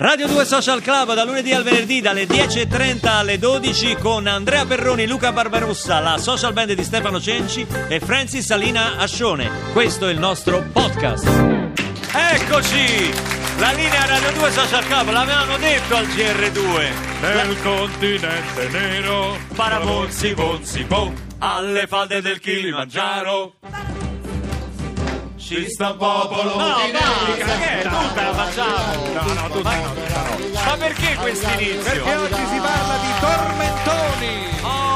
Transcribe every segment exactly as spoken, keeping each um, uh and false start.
Radio due Social Club da lunedì al venerdì dalle dieci e trenta alle dodici con Andrea Perroni, Luca Barbarossa, la social band di Stefano Cenci e Francis Salina Ascione. Questo è il nostro podcast. Eccoci! La linea Radio due Social Club, l'avevano detto al G R due. Nel La... continente nero, Paramonsi, bonsi, po, alle falde del Kilimangiaro. ci sta un popolo. No, in basta, America. che tutta la facciamo. No, no, tutta no, no. Ma perché questo inizio? Perché oggi si parla di tormentoni.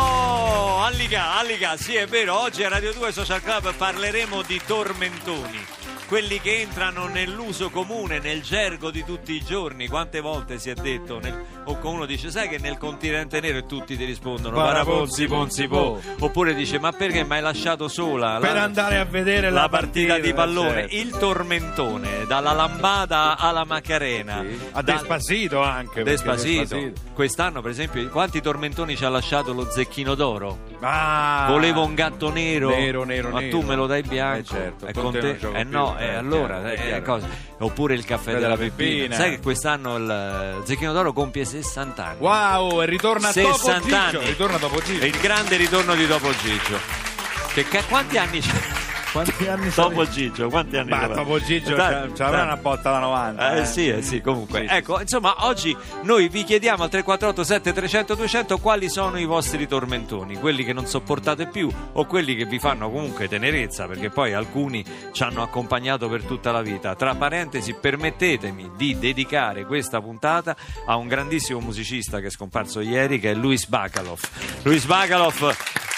Oh, alliga, alliga, sì è vero, oggi a Radio due Social Club parleremo di tormentoni. Quelli che entrano nell'uso comune, nel gergo di tutti i giorni. Quante volte si è detto, nel, o uno dice, sai che nel continente nero, e tutti ti rispondono Paraponzi, ponzi, po. Oppure dice, ma perché mi hai lasciato sola Per la, andare a vedere la la partita, partita di pallone. Certo. Il tormentone, dalla lambada alla Macarena, Sì. A dal- Despacito anche. perché Despacito. Despacito. Quest'anno per esempio quanti tormentoni ci ha lasciato lo Zecchino d'Oro? Ah, Volevo un gatto nero, Nero, nero, ma nero. tu me lo dai bianco. Eh, certo, E con con te te, non gioco eh più. no, Eh, e allora chiaro, è eh, chiaro. cosa? Oppure il caffè Della della Peppina. Peppina. Sai che quest'anno il Zecchino d'Oro compie sessanta anni. Wow, e ritorna dopo sessanta Gigio. anni. Ritorna dopo È Gigio. il grande ritorno di Dopo Gigio. Che, che quanti anni c'è? Quanti anni Dopo Gigio, quanti anni Ma c'era? dopo Gigio Dai, ci avrà dai. una botta da novanta. Eh sì, eh sì, comunque. Sì, sì, ecco, insomma, oggi noi vi chiediamo al tre quattro otto sette tre zero zero due zero zero quali sono i vostri tormentoni, quelli che non sopportate più o quelli che vi fanno comunque tenerezza, perché poi alcuni ci hanno accompagnato per tutta la vita. Tra parentesi, permettetemi di dedicare questa puntata a un grandissimo musicista che è scomparso ieri, che è Luis Bacalov. Luis Bacalov,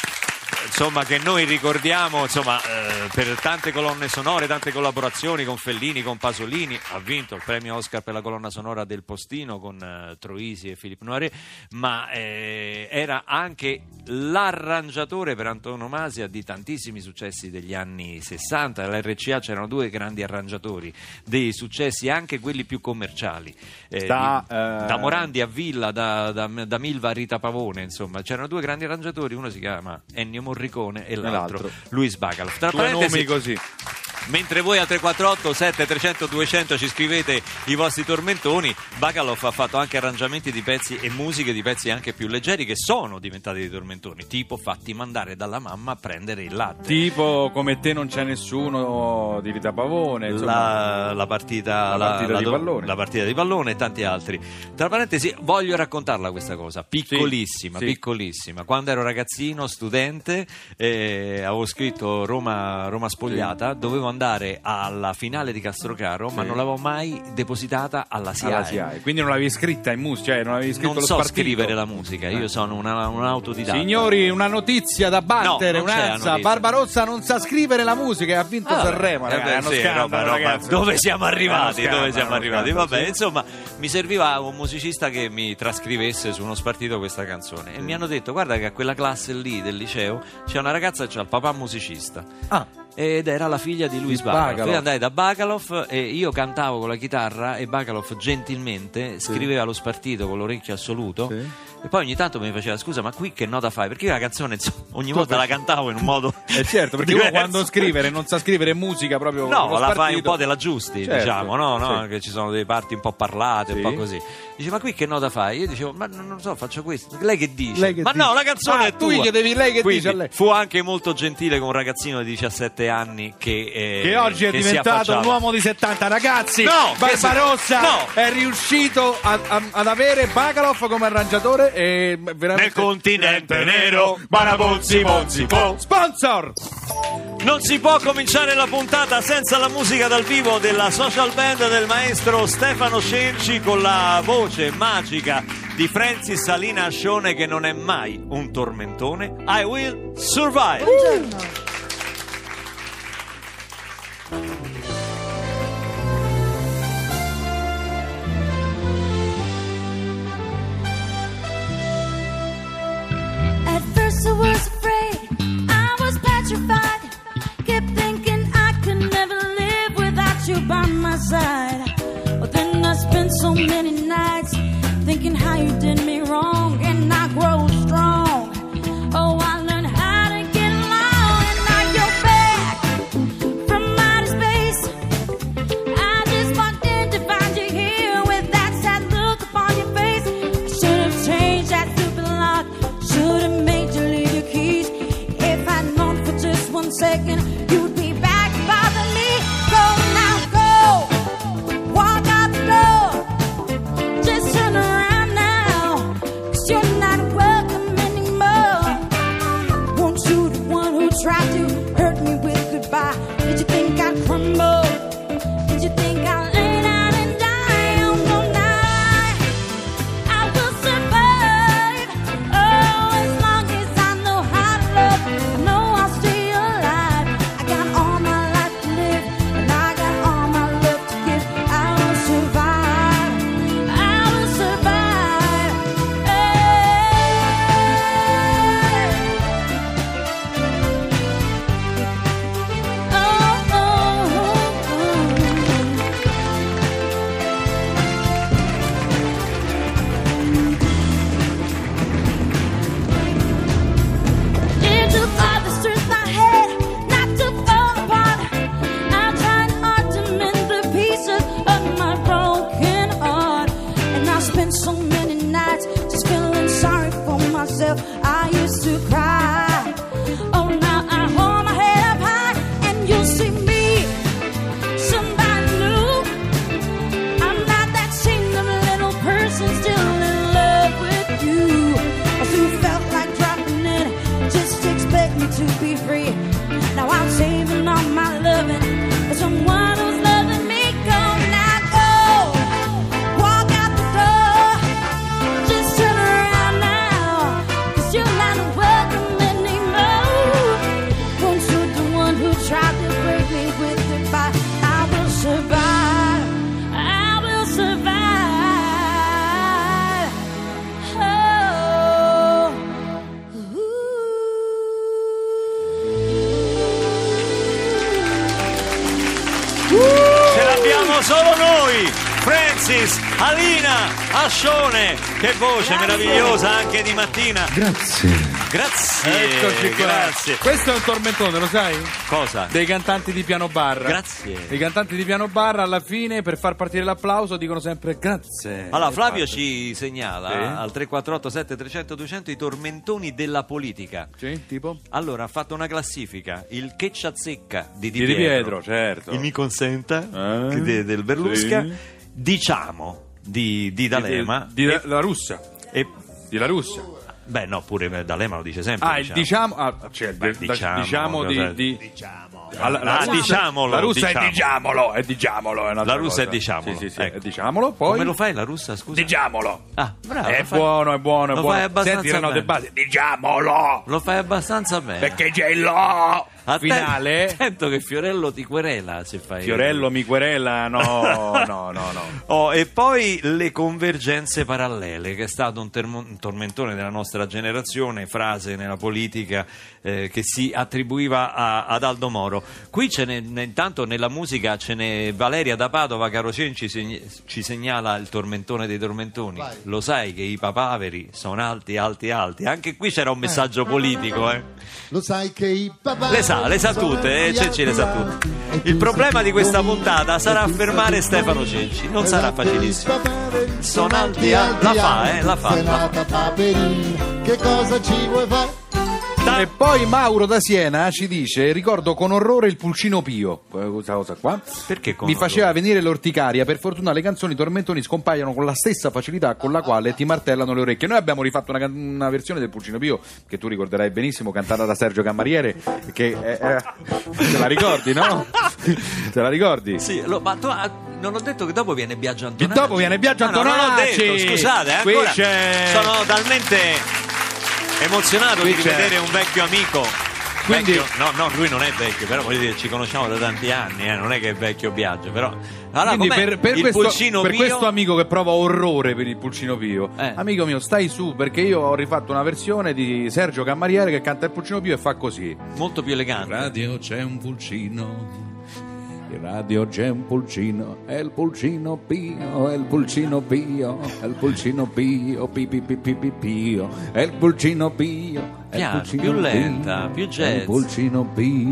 insomma, che noi ricordiamo, insomma, eh, per tante colonne sonore, tante collaborazioni con Fellini, con Pasolini. Ha vinto il premio Oscar per la colonna sonora del Postino con eh, Troisi e Philippe Noiret, ma eh, era anche l'arrangiatore per antonomasia di tantissimi successi degli anni sessanta. All'R C A c'erano due grandi arrangiatori dei successi, anche quelli più commerciali, eh, Da, di- eh, da Morandi a Villa, da, da, da Milva a Rita Pavone, insomma c'erano due grandi arrangiatori, uno si chiama Ennio Morricone e l'altro, l'altro. Luis Bacalov. Tra Due parentesi, nomi così. mentre voi al tre quattro otto sette tre zero zero due zero zero ci scrivete i vostri tormentoni, Bacalov ha fatto anche arrangiamenti di pezzi e musiche di pezzi anche più leggeri che sono diventati dei tormentoni, tipo Fatti mandare dalla mamma a prendere il latte, Tipo Come te non c'è nessuno di Rita Pavone, insomma. la, la partita, La partita di do- pallone. la partita di pallone e tanti altri. Tra parentesi, voglio raccontarla questa cosa piccolissima, Sì, sì. piccolissima. Quando ero ragazzino, studente, eh, avevo scritto Roma, Roma spogliata, dovevo andare alla finale di Castrocaro, ma Sì. non l'avevo mai depositata alla S I A E. Alla S I A E. Quindi non l'avevi scritta in musica, cioè non avevi scritto Non lo so spartito. scrivere la musica, io sono una, un autodidatta. Signori, una notizia da battere, No, non c'è la un'alza. notizia. Barbarossa non sa scrivere la musica e ha vinto Ah, Sanremo, eh, ragazzi. beh, è uno sì, scandalo, roba, roba. ragazzi. Dove siamo arrivati? È uno Dove scandalo, siamo è uno arrivati? scandalo, Vabbè, sì. insomma, mi serviva un musicista che mi trascrivesse su uno spartito questa canzone e mi hanno detto, guarda che a quella classe lì del liceo c'è una ragazza che ha il papà musicista. Ah, Ed era la figlia di Luis Di Bacalov. Bacalov. Quindi andai da Bacalov e io cantavo con la chitarra e Bacalov gentilmente scriveva lo spartito con l'orecchio assoluto. Sì. E poi ogni tanto mi faceva, scusa, ma qui che nota fai? Perché io la canzone, insomma, ogni volta la cantavo in un modo eh certo, perché uno diverso. quando scrivere non sa scrivere musica proprio. No, con lo la fai un spartito. po' della giusti, Certo, diciamo, no? no? sì. Che ci sono delle parti un po' parlate, Sì. un po' così. Dice, ma qui che nota fai? Io dicevo, ma non lo so, faccio questo. Lei che dice? Lei che ma dice? no, la canzone Ah, è tu tua. gli chiedevi lei che Quindi dice a lei. fu anche molto gentile con un ragazzino di diciassette anni che, eh, Che oggi è che si diventato affacciava. un uomo di settanta. Ragazzi, No, che Barbarossa se- no. è riuscito a- a- ad avere Bacalov come arrangiatore e veramente Nel continente nero, Barabozzi, Bozzi, Po. sponsor. Non si può cominciare la puntata senza la musica dal vivo della social band del maestro Stefano Cenci con la voce magica di Francis Salina Ascione, che non è mai un tormentone. I Will Survive. At first I was afraid, I was petrified. Kept thinking I could never live without you by my side. But then I spent so many nights thinking how you did me wrong, and I grow strong. Oh, I learned how to get along, and Francis, Alina, Ascione, che voce meravigliosa anche di mattina. Grazie. Grazie. Eccoci qua. Grazie. Questo è un tormentone, lo sai? Cosa? Dei cantanti di piano bar. Grazie. I cantanti di piano bar alla fine, per far partire l'applauso, dicono sempre grazie. Allora E Flavio parte. ci segnala Sì. al tre quattro otto sette trecento duecento i tormentoni della politica. Sì, tipo? Allora ha fatto una classifica, il che c'azzecca di Di Di Di Pietro, Pietro, certo. il mi consenta Eh? de- del Berlusca, Sì. diciamo di, di D'Alema Di, di, e, la Russia. e- Di la Russia. beh no, pure D'Alema lo dice sempre. Ah, il diciamo. Ah, cioè, Beh, da- diciamo, diciamo di. cosa- di alla- Ah, Russia- diciamolo, La Russia diciamo. è diciamolo, è diciamolo. È un'altra La Russia cosa. è diciamolo, Sì, sì, sì, ecco. è diciamolo. Poi. Come lo fai la russa, scusa? Diciamolo. Ah, bravo. È lo fai- buono, è buono, è lo buono. fai abbastanza Senti le note bene. base. Diciamolo. Lo fai abbastanza bene. Perché c'è il lo. Atten- Finale. Attento che Fiorello ti querela se fai. Fiorello mi querela. No, no, no, no. Oh, e poi le convergenze parallele, che è stato un, termo- un tormentone della nostra generazione, frase nella politica eh, che si attribuiva a- ad Aldo Moro. Qui ce n'è, ne- intanto nella musica ce n'è Valeria da Padova, Caro Cen, ci, segni- ci segnala il tormentone dei tormentoni. Lo sai che i papaveri sono alti, alti, alti. Anche qui c'era un messaggio politico, eh. Lo sai che i papà Le sa, le sa tutte, eh, Cenci le sa tutte. Il problema di questa puntata sarà fermare Stefano Cenci, non sarà facilissimo. Sono alti, alti, la fa, eh, la fa, la fa. Senata Paperin, che cosa ci vuoi fare? E poi Mauro da Siena ci dice: ricordo con orrore il Pulcino Pio. Eh, Questa cosa qua. Perché con Mi orrore? faceva venire l'orticaria. Per fortuna le canzoni tormentoni scompaiono con la stessa facilità con la quale ti martellano le orecchie. Noi abbiamo rifatto una, can- una versione del Pulcino Pio che tu ricorderai benissimo, cantata da Sergio Cammariere. Che è- è- te la ricordi, no? Te la ricordi? Sì, lo- ma tu, ah, non ho detto che dopo viene Biagio E Antonacci. dopo viene Biagio Ah, no, non l'ho Antonacci. detto, scusate, eh, Qui ancora c'è- sono talmente emozionato Qui di c'è- rivedere un vecchio amico. Quindi- Vecchio- no, no, lui non è vecchio, però voglio dire, ci conosciamo da tanti anni, eh, non è che è vecchio Biagio, però. Allora, Quindi com'è per, per il questo, Pulcino per Pio? questo amico che prova orrore per il Pulcino Pio, Eh. amico mio, stai su, perché io ho rifatto una versione di Sergio Cammariere che canta il Pulcino Pio e fa così. molto più elegante. Radio c'è un pulcino, in radio c'è un pulcino, è il pulcino Pio, è il pulcino Pio, è il pulcino Pio, pi pi pi pi pi Pio, è il pulcino Pio, è il Piano, pulcino più Pio, lenta, più è jazz. il pulcino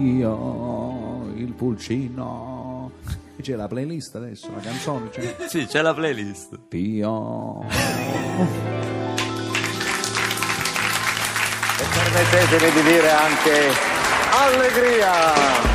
Pio, il pulcino. E c'è la playlist adesso, la canzone c'è. Sì, c'è la playlist. Pio. E permettetemi di dire anche allegria!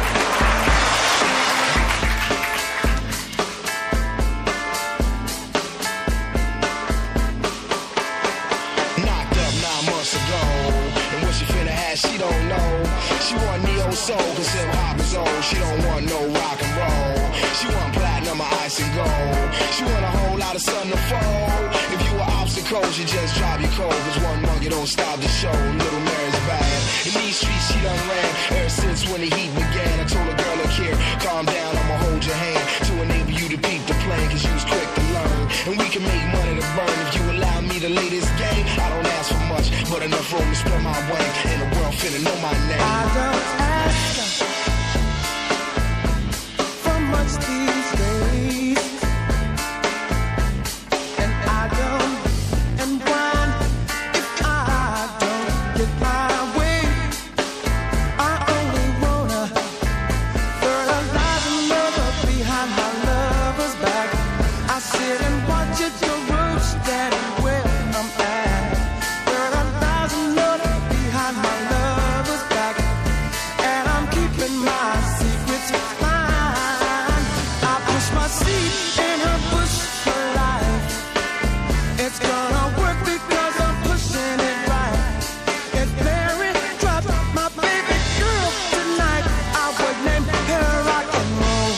Knocked up nine months ago, and what she finna have, she don't know. She want neo soul, cause hip hop is old. She don't want no rock and roll. She want platinum or ice and gold. She want a whole lot of sun to fold. If you were obstacles, you just drop your cold. Cause one monkey don't stop the show. Little Mary's bad. In these streets, she done ran ever since when the heat began. I told a girl, look here, calm down, I'ma hold your hand to enable you to peep the plan, cause you was quick to learn. And we can make money to burn if you allow me to lay this game. I don't ask for much, but enough room to spread my wing. And the world finna know my name. I don't ask for much these days, and I don't and whine if I don't get my way. I only wanna fertilize another behind my lover's back. I sit and watch it grow standing where I'm at. Fertilize another behind my lover's back, and I'm keeping my secrets fine. I push my seed in her bush for life. It's gonna work because I'm pushing it right. If Mary dropped my baby girl tonight, I would name her rock and roll.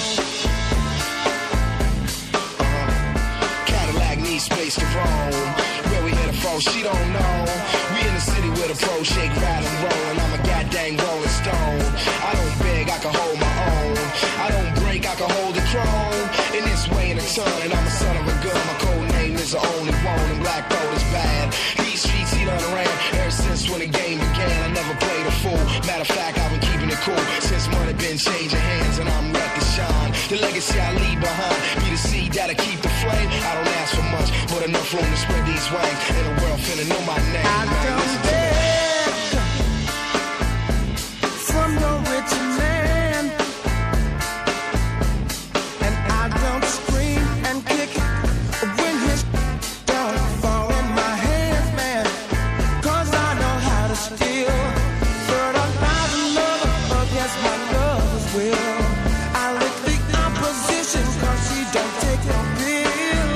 Cadillac needs space to roam. Where we headed for, she don't know. We in the city with a pro shake, ride and roll, and I'm a goddamn rolling stone. I don't beg, I can hold my own. I don't break, I can hold the throne. In this way and a turn, and I'm a son of a gun. My code name is the only one, and black gold is bad. These streets he done around ever since when the game began. I never played a fool. Matter of fact, I've been keeping it cool since money been changing hands, and I'm ready to shine. The legacy I leave behind be the seed that'll keep the flame. I don't with enough room to spread these wings, and the world finna know my name. I man. don't Listen to me. beg from no rich man, and I don't scream and kick when his don't fall in my hands, man. 'Cause I know how to steal, fertilize another against my lover's will. I lick the opposition 'cause she don't take no pill.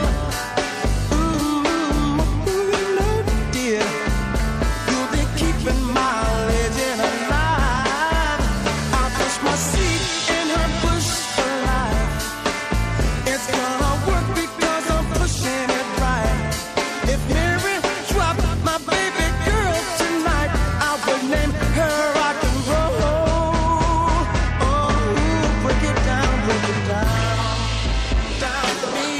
Ooh, ooh, no dear, you'll be keeping my legend alive. I'll push my seed in her bush for life. It's gonna work because I'm pushing it right. If Mary dropped my baby girl tonight, I would name her rock and roll. Oh, break it down, break it down, down to me.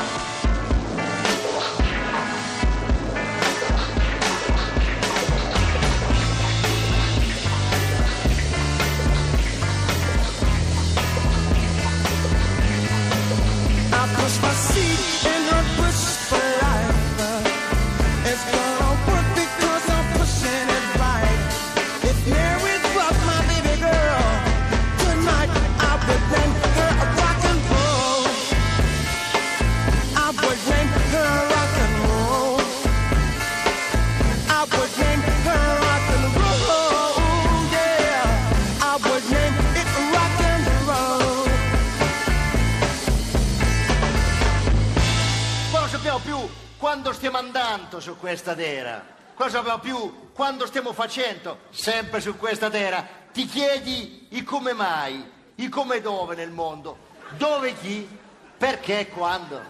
I push my seat in her bush for life. It's gonna work because I'm pushing it right. If Mary dropped my baby girl tonight, I would name her a rock and roll. I would name her rock and roll. I would name her rock and roll. Yeah, I would name it rock and roll. Qua non sappiamo più quando stiamo andando su questa terra. Qua non sappiamo più quando stiamo facendo sempre su questa terra. Ti chiedi i come mai, i come dove nel mondo. Dove chi, perché, quando.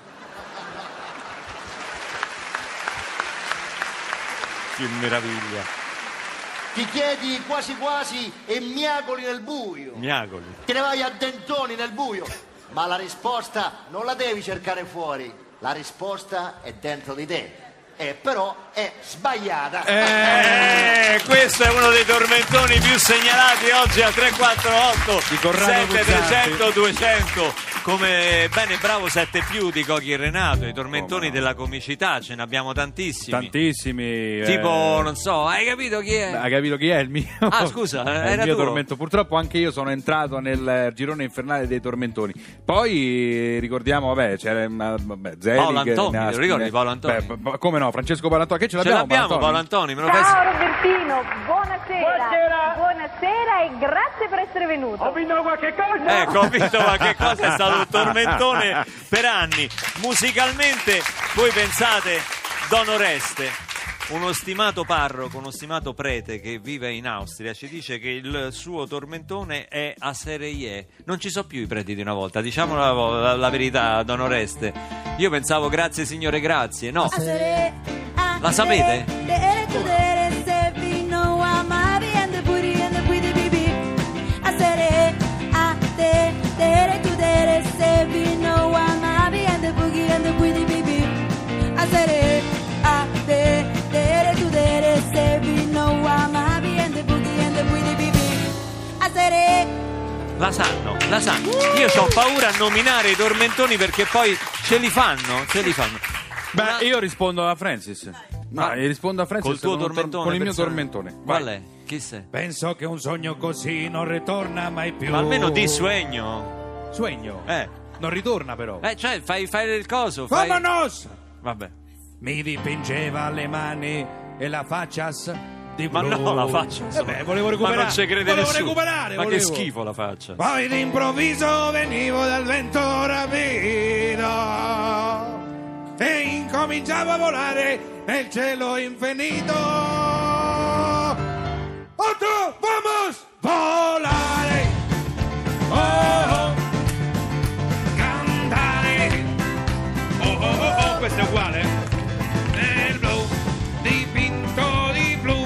Che meraviglia. Ti chiedi quasi quasi e miagoli nel buio. Miagoli. Te ne vai a dentoni nel buio. Ma la risposta non la devi cercare fuori. La risposta è dentro di te. E però è sbagliata. Eh, questo è uno dei tormentoni più segnalati oggi al tre quattro otto Di Corrado sette trecento duecento. Come bene bravo sette più di Cochi e Renato, i tormentoni Oh, no. della comicità, ce ne abbiamo tantissimi. Tantissimi. Tipo, eh, non so, hai capito chi è? Hai capito chi è il mio? Ah, scusa, È era il mio tuo. tormento. Purtroppo anche io sono entrato nel girone infernale dei tormentoni. Poi ricordiamo, vabbè, c'era ma, vabbè, Zelig, Paolo Antoni, ne ha- te lo ricordi ne- Paolo Antoni? Beh, b- come no, Francesco Paolo Antoni, che ce Ce l'abbiamo? l'abbiamo Paolo Antoni, me lo fai Ciao Robertino, buonasera. Buonasera. Buonasera e grazie per essere venuto. Ho vinto qualche cosa? Ecco, ho vinto qualche cosa, è stato un tormentone per anni. Musicalmente, voi pensate, Don Oreste, uno stimato parroco, uno stimato prete che vive in Austria, ci dice che il suo tormentone è a serie. Non ci sono più i preti di una volta, diciamo la, la, la verità, Don Oreste. Io pensavo grazie signore grazie, no? La sapete? La sanno, la sanno. Io ho paura a nominare i tormentoni perché poi ce li fanno, ce li fanno. Beh, io rispondo a Francis. No, Ma- rispondo a Francis Col tuo con, un tor- tormentone con il mio personale. tormentone. Qual Vai. è? Chi sei? Penso che un sogno così non ritorna mai più. Ma almeno di sueño. Sueño? Eh. Non ritorna però. Eh, cioè, fai, fai il coso. Fai... Vámonos! Vabbè. Mi dipingeva le mani e la faccias di Ma blu. no, la faccia. Eh beh, volevo recuperare. Ma non ci crede volevo nessuno. recuperare, Ma volevo. che schifo la faccia. Poi d'improvviso venivo dal vento rapido e incominciavo a volare nel cielo infinito. Otto, vamos! Volare! Oh, oh. Cantare! Oh, oh, oh, oh, questo è uguale. Nel blu, dipinto di blu,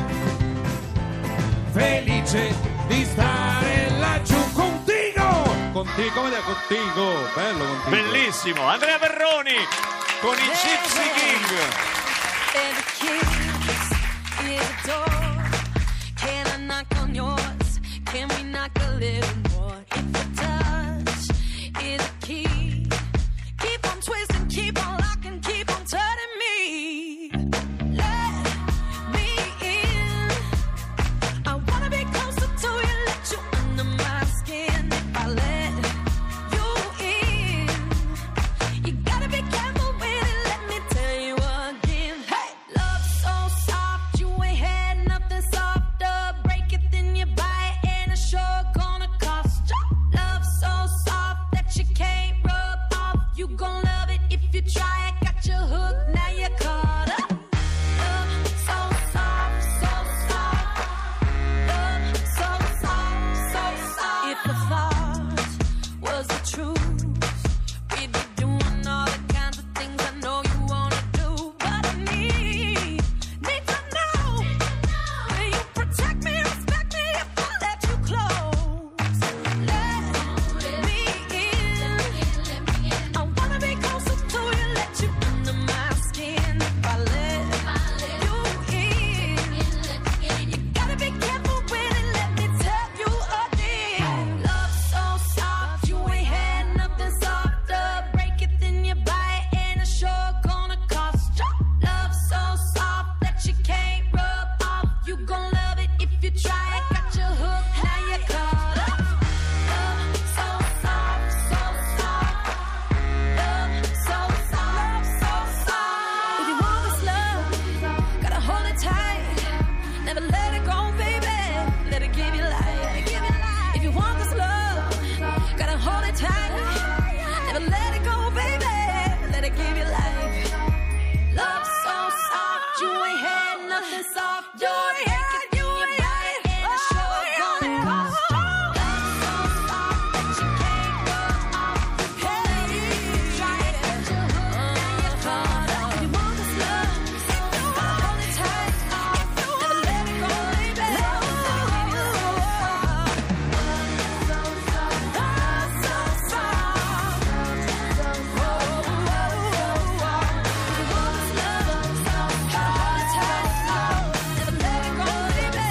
felice di stare laggiù contigo! Contigo, come dire, contigo? Bello contigo. Bellissimo. Andrea Perroni con i Gypsy King. Every kiss is a door. Can I knock on yours? Can we knock a little more? If a touch is a key, keep on twisting, keep on locking, keep on turning me soft, your head, your body, and a show gonna cost you. Love so soft that you can't go off. Hey, you tried it, but you hooked, now you're caught up. You want this love, if you want, hold it tight, never let it go, baby. Love so soft, love so soft. Oh, oh, oh, oh. You want this love, hold it tight, never let it go, baby.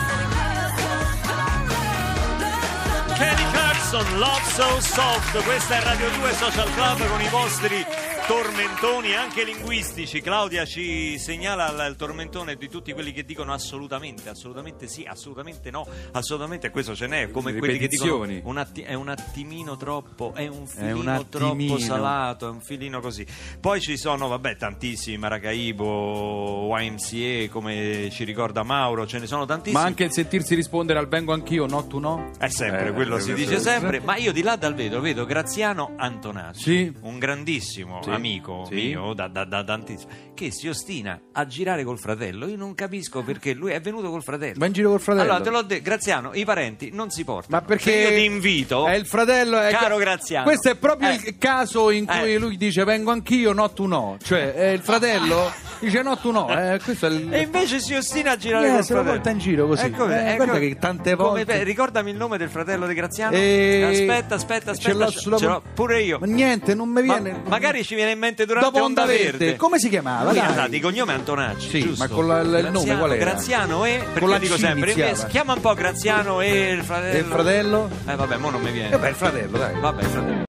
Kelly Clarkson, Love So Soft, questa è Radio due Social Club con i vostri tormentoni anche linguistici. Claudia ci segnala il, il tormentone di tutti quelli che dicono assolutamente, assolutamente sì, assolutamente no, assolutamente, questo ce n'è, come quelli che dicono Ripetizioni. un atti- è un attimino troppo, è un È un filino troppo attimino. salato, è un filino così. Poi ci sono, vabbè, tantissimi, Maracaibo, Y M C A, come ci ricorda Mauro, ce ne sono tantissimi. Ma anche il sentirsi rispondere al vengo anch'io, no tu no? È sempre, Eh, quello eh, si questo- dice sempre, ma io di là dal vetro vedo Graziano Antonacci, Sì. un grandissimo Sì. amico Sì. mio da, da, da tantissimo, che si ostina a girare col fratello. Io non capisco perché lui è venuto col fratello. Va in giro col fratello. Allora te l'ho detto, Graziano, i parenti non si portano. Ma perché Se io ti invito, è il fratello, è caro Graziano. Questo è proprio Eh. il caso in cui Eh. lui dice vengo anch'io, no tu no. Cioè è il fratello dice no tu no. Eh, questo è il... E invece si ostina a girare Eh, col se lo fratello. porta in giro così. Ecco, Eh, ecco- guarda che tante come- volte- beh, ricordami il nome del fratello di Graziano. Eh, Aspetta, aspetta, ce aspetta. l'ho sulla- ce l'ho pure io. Ma niente, non mi Ma- viene. magari ci viene in mente durante Dopo Onda Verde. Come si chiamava? Lui Dai. ha di cognome Antonacci, Sì, giusto? ma con la- il nome Graziano- qual era? Graziano e perché Con la dico C sempre, iniziava. eh, chiama un po' Graziano e il fratello. E il fratello? Eh vabbè, mo non mi viene. Eh beh, il fratello, dai. Vabbè, il fratello.